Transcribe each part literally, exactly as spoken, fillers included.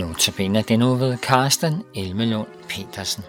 Notabene den nu ved Carsten Elmelund Petersen.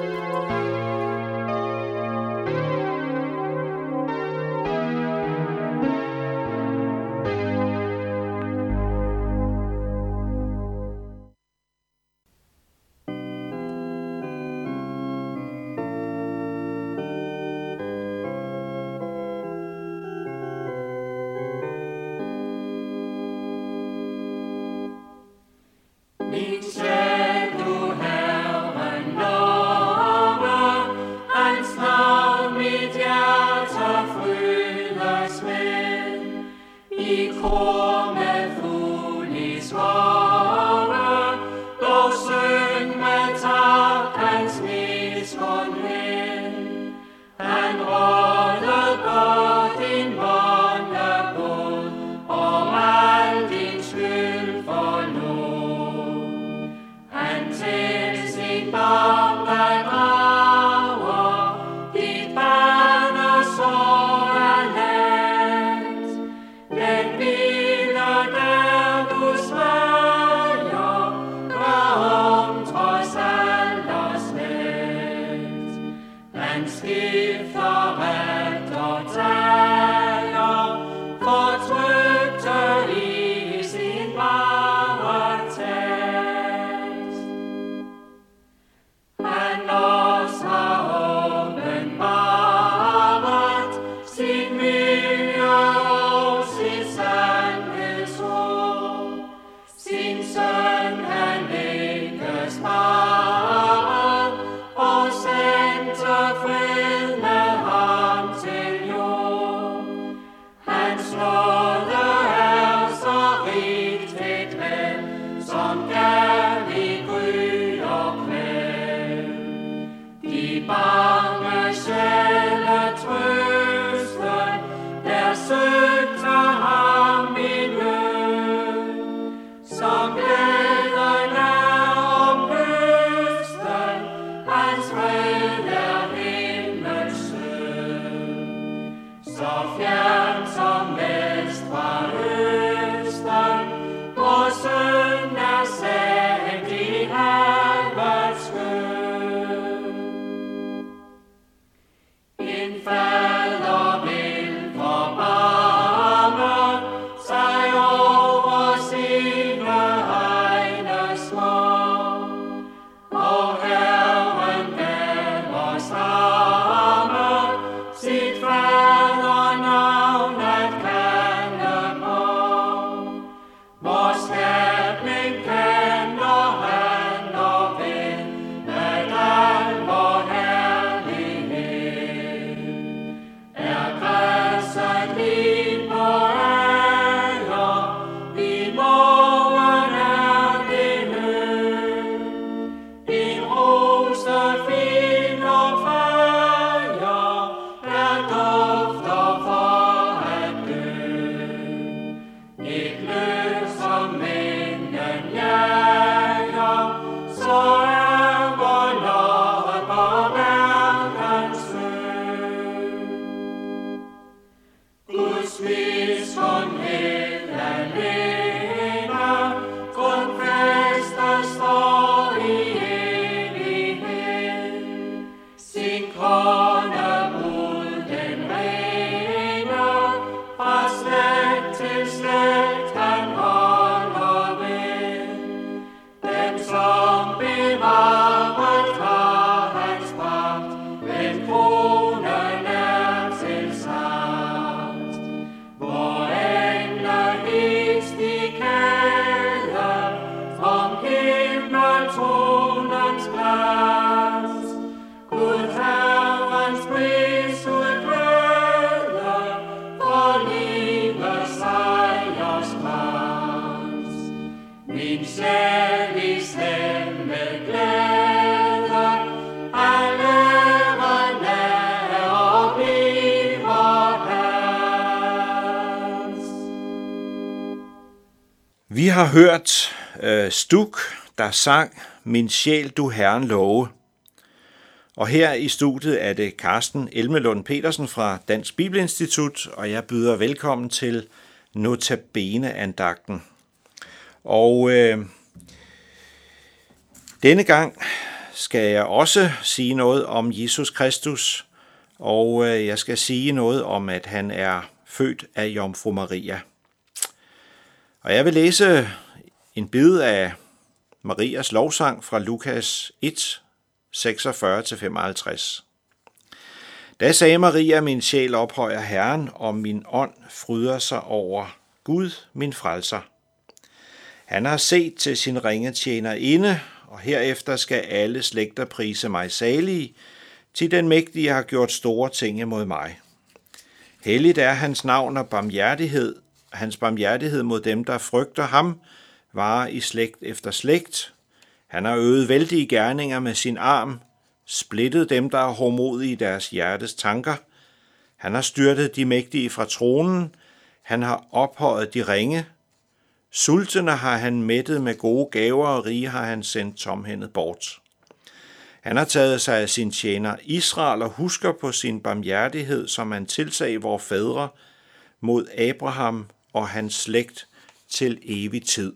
Min sjæl, du Herren lover, hans navn mit hjerte frydes med. I kor med fugl i svove, dog syng med tak hans miskundhed. Han rådede på din båndebod, om al din skyld forlod. Til sin barn der drager, dit barne sår er let. Den hvile der du svæger, gør om trods alt og slet. Han skifter ret og tager, fortrykte i sin varetægt. Han os har åbenbaret sin vilje og sit sandhedsord. Sin søn han ikke sparet og sendte fred med ham til jord. Hans nåde er så rigt et væld, som gav i gry og kvæl. De bange sjæle trøsten, der søgte ham i nød. Som glæden er om høsten, hans fred er himmels sød. Så fjern som vest fra østen, hvor søn er sendt i havets skød. En fader vil forbarme sig over sine egne små, og Herren gav os ramme sit fadernavn at kalde på. Vor skabning kender han og ved med al vor herlighed. Er græsset lige på æger, i morgen er det hø. En rose fin og fejrer, der dufter for at dø. Et løv som vinden jager, så er vor lod på verdens sø. Guds miskundhed alene, grundfæstet står i evighed. Sin krone ud den rene, fra slægt til slægt han holder ved. Den som bevaret har hans magt, men kronen er til sagt. Hvor engle hist i kæde, om himmeltronens plads. Gud Herrens pris udklæde, for livets sejrskrans. Min sjæl i stemme glæde, al æren er og bliver hans. Vi har hørt øh, Stuk, der sang Min sjæl, du Herren love. Og her i studiet er det Carsten Elmelund Petersen fra Dansk Bibelinstitut, og jeg byder velkommen til Notabene-andagten. Og øh, Denne gang skal jeg også sige noget om Jesus Kristus, og jeg skal sige noget om, at han er født af Jomfru Maria. Og jeg vil læse en bid af Marias lovsang fra Lukas et, seksogfyrre til femoghalvtreds. Da sagde Maria, min sjæl ophøjer Herren, og min ånd fryder sig over Gud, min frelser. Han har set til sin ringe tjenerinde, og herefter skal alle slægter prise mig salige, til den mægtige har gjort store ting imod mig. Helligt er hans navn og barmhjertighed, hans barmhjertighed mod dem, der frygter ham, varer i slægt efter slægt. Han har øvet vældige gerninger med sin arm, splittet dem, der er hårdmodige i deres hjertes tanker. Han har styrtet de mægtige fra tronen, han har ophøjet de ringe. Sultne har han mættet med gode gaver, og rige har han sendt tomhændet bort. Han har taget sig af sin tjener Israel og husker på sin barmhjertighed, som han tilsagde vore fædre mod Abraham og hans slægt til evig tid.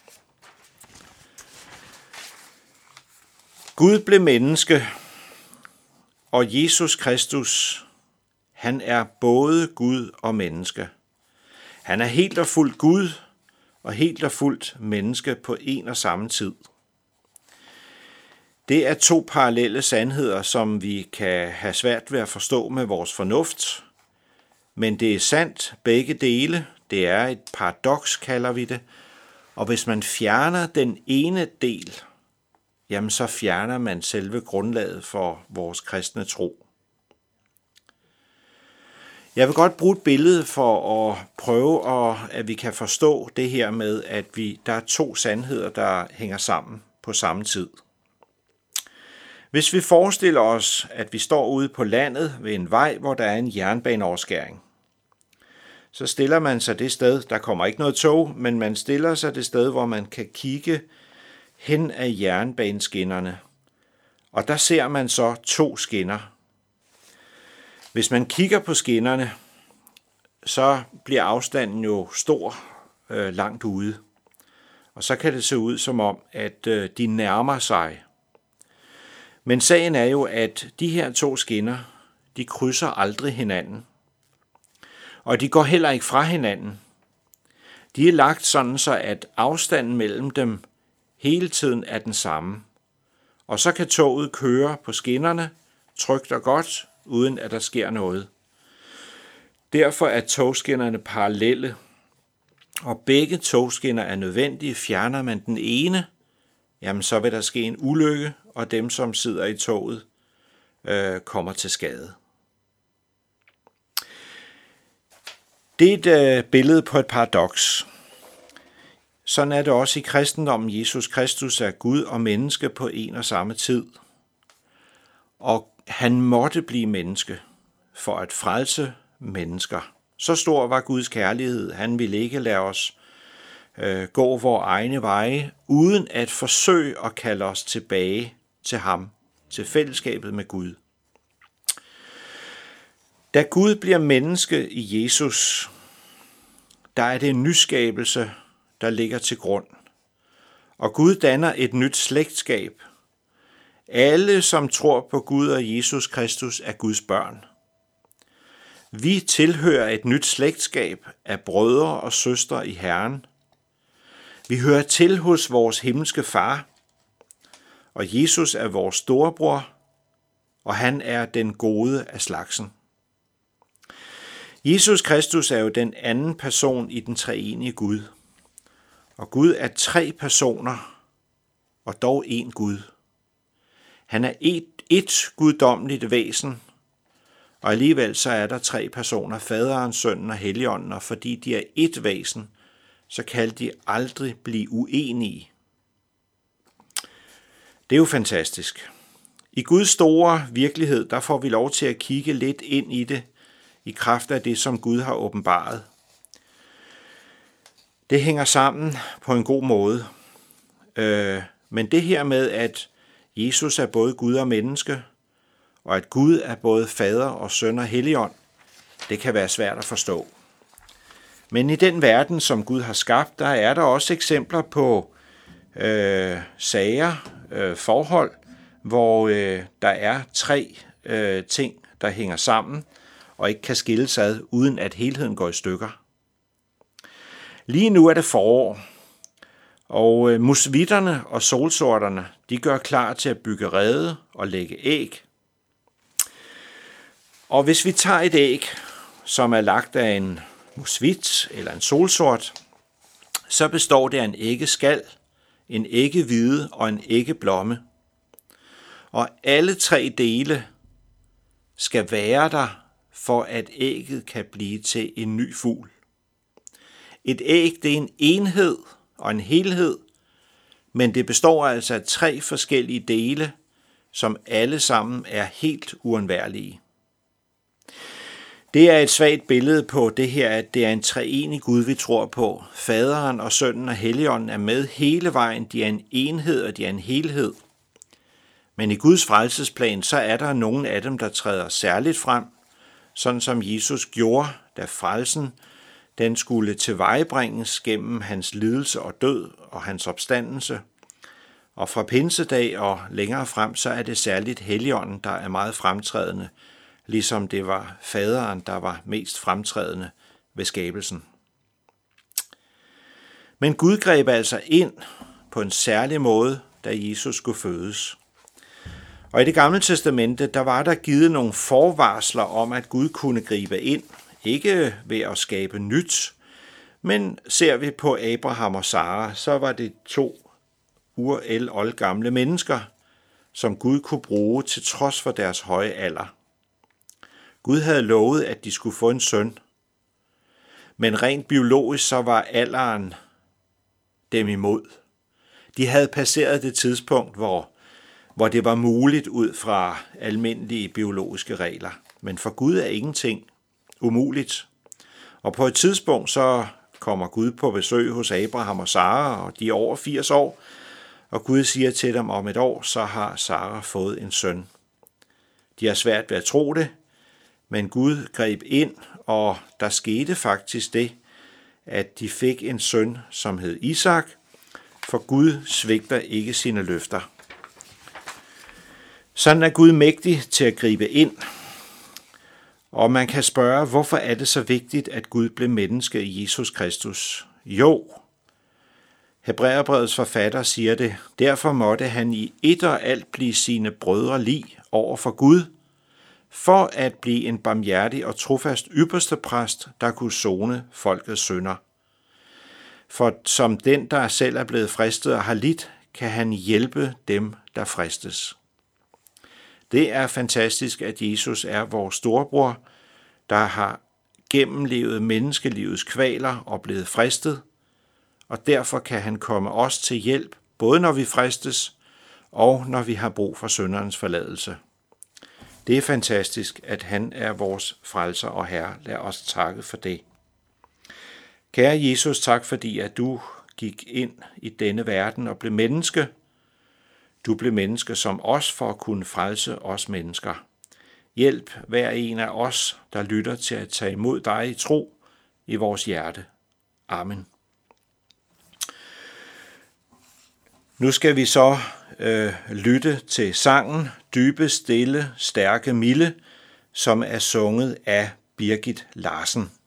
Gud blev menneske, og Jesus Kristus, han er både Gud og menneske. Han er helt og fuldt Gud og helt og fuldt menneske på en og samme tid. Det er to parallelle sandheder, som vi kan have svært ved at forstå med vores fornuft, men det er sandt begge dele. Det er et paradoks, kalder vi det, og hvis man fjerner den ene del, jamen så fjerner man selve grundlaget for vores kristne tro. Jeg vil godt bruge et billede for at prøve, at vi kan forstå det her med, at vi, der er to sandheder, der hænger sammen på samme tid. Hvis vi forestiller os, at vi står ude på landet ved en vej, hvor der er en jernbaneoverskæring, så stiller man sig det sted, der kommer ikke noget tog, men man stiller sig det sted, hvor man kan kigge hen ad jernbaneskinnerne. Og der ser man så to skinner. Hvis man kigger på skinnerne, så bliver afstanden jo stor øh, langt ude. Og så kan det se ud som om, at øh, de nærmer sig. Men sagen er jo, at de her to skinner, de krydser aldrig hinanden. Og de går heller ikke fra hinanden. De er lagt sådan, så at afstanden mellem dem hele tiden er den samme. Og så kan toget køre på skinnerne trygt og godt, uden at der sker noget. Derfor er togskinnerne parallelle, og begge togskinner er nødvendige. Fjerner man den ene, jamen så vil der ske en ulykke, og dem, som sidder i toget, øh, kommer til skade. Det er et øh, billede på et paradoks. Sådan er det også i kristendommen. Jesus Kristus er Gud og menneske på en og samme tid. Og han måtte blive menneske for at frelse mennesker. Så stor var Guds kærlighed. Han ville ikke lade os øh, gå vores egne veje, uden at forsøge at kalde os tilbage til ham, til fællesskabet med Gud. Da Gud bliver menneske i Jesus, der er det en nyskabelse, der ligger til grund. Og Gud danner et nyt slægtskab. Alle, som tror på Gud og Jesus Kristus, er Guds børn. Vi tilhører et nyt slægtskab af brødre og søstre i Herren. Vi hører til hos vores himmelske far, og Jesus er vores storebror, og han er den gode af slagsen. Jesus Kristus er jo den anden person i den treenige Gud. Og Gud er tre personer, og dog én Gud. Han er et, et guddommeligt væsen, og alligevel så er der tre personer, Faderen, Sønnen og Helligånden, og fordi de er et væsen, så kan de aldrig blive uenige. Det er jo fantastisk. I Guds store virkelighed, der får vi lov til at kigge lidt ind i det, i kraft af det, som Gud har åbenbaret. Det hænger sammen på en god måde. Øh, men det her med, at Jesus er både Gud og menneske, og at Gud er både fader og søn og helligånd, det kan være svært at forstå. Men i den verden, som Gud har skabt, der er der også eksempler på øh, sager, øh, forhold, hvor øh, der er tre øh, ting, der hænger sammen og ikke kan skilles ad, uden at helheden går i stykker. Lige nu er det forår, og øh, musvitterne og solsorterne, de gør klar til at bygge rede og lægge æg. Og hvis vi tager et æg, som er lagt af en musvit eller en solsort, så består det af en æggeskal, en æggehvide og en æggeblomme. Og alle tre dele skal være der, for at ægget kan blive til en ny fugl. Et æg, det er en enhed og en helhed, men det består altså af tre forskellige dele, som alle sammen er helt uundværlige. Det er et svagt billede på det her, at det er en treenig Gud, vi tror på. Faderen og Sønnen og Helligånden er med hele vejen. De er en enhed, og de er en helhed. Men i Guds frelsesplan, så er der nogen af dem, der træder særligt frem, sådan som Jesus gjorde, da frelsen den skulle tilvejebringes gennem hans lidelse og død og hans opstandelse. Og fra pinsedag og længere frem, så er det særligt Helligånden, der er meget fremtrædende, ligesom det var faderen, der var mest fremtrædende ved skabelsen. Men Gud greb altså ind på en særlig måde, da Jesus skulle fødes. Og i Det Gamle Testamente, der var der givet nogle forvarsler om, at Gud kunne gribe ind, ikke ved at skabe nyt, men ser vi på Abraham og Sara, så var det to urældre oldgamle mennesker, som Gud kunne bruge til trods for deres høje alder. Gud havde lovet, at de skulle få en søn, men rent biologisk så var alderen dem imod. De havde passeret det tidspunkt, hvor, hvor det var muligt ud fra almindelige biologiske regler. Men for Gud er ingenting umuligt. Og på et tidspunkt så kommer Gud på besøg hos Abraham og Sara, og de er over firs år, og Gud siger til dem, om et år, så har Sara fået en søn. De har svært ved at tro det, men Gud greb ind, og der skete faktisk det, at de fik en søn, som hed Isak, for Gud svigter ikke sine løfter. Sådan er Gud mægtig til at gribe ind, og man kan spørge, hvorfor er det så vigtigt, at Gud blev menneske i Jesus Kristus? Jo, Hebræerbrevets forfatter siger det, derfor måtte han i et og alt blive sine brødre lig over for Gud, for at blive en barmhjertig og trofast ypperste præst, der kunne sone folkets synder. For som den, der selv er blevet fristet og har lidt, kan han hjælpe dem, der fristes. Det er fantastisk, at Jesus er vores storebror, der har gennemlevet menneskelivets kvaler og blevet fristet, og derfor kan han komme os til hjælp, både når vi fristes og når vi har brug for syndernes forladelse. Det er fantastisk, at han er vores frelser og herre. Lad os takke for det. Kære Jesus, tak fordi, at du gik ind i denne verden og blev menneske. Du blev menneske som os for at kunne frelse os mennesker. Hjælp hver en af os, der lytter til at tage imod dig i tro i vores hjerte. Amen. Nu skal vi så øh, lytte til sangen Dybe, stille, stærke, milde, som er sunget af Birgit Larsen.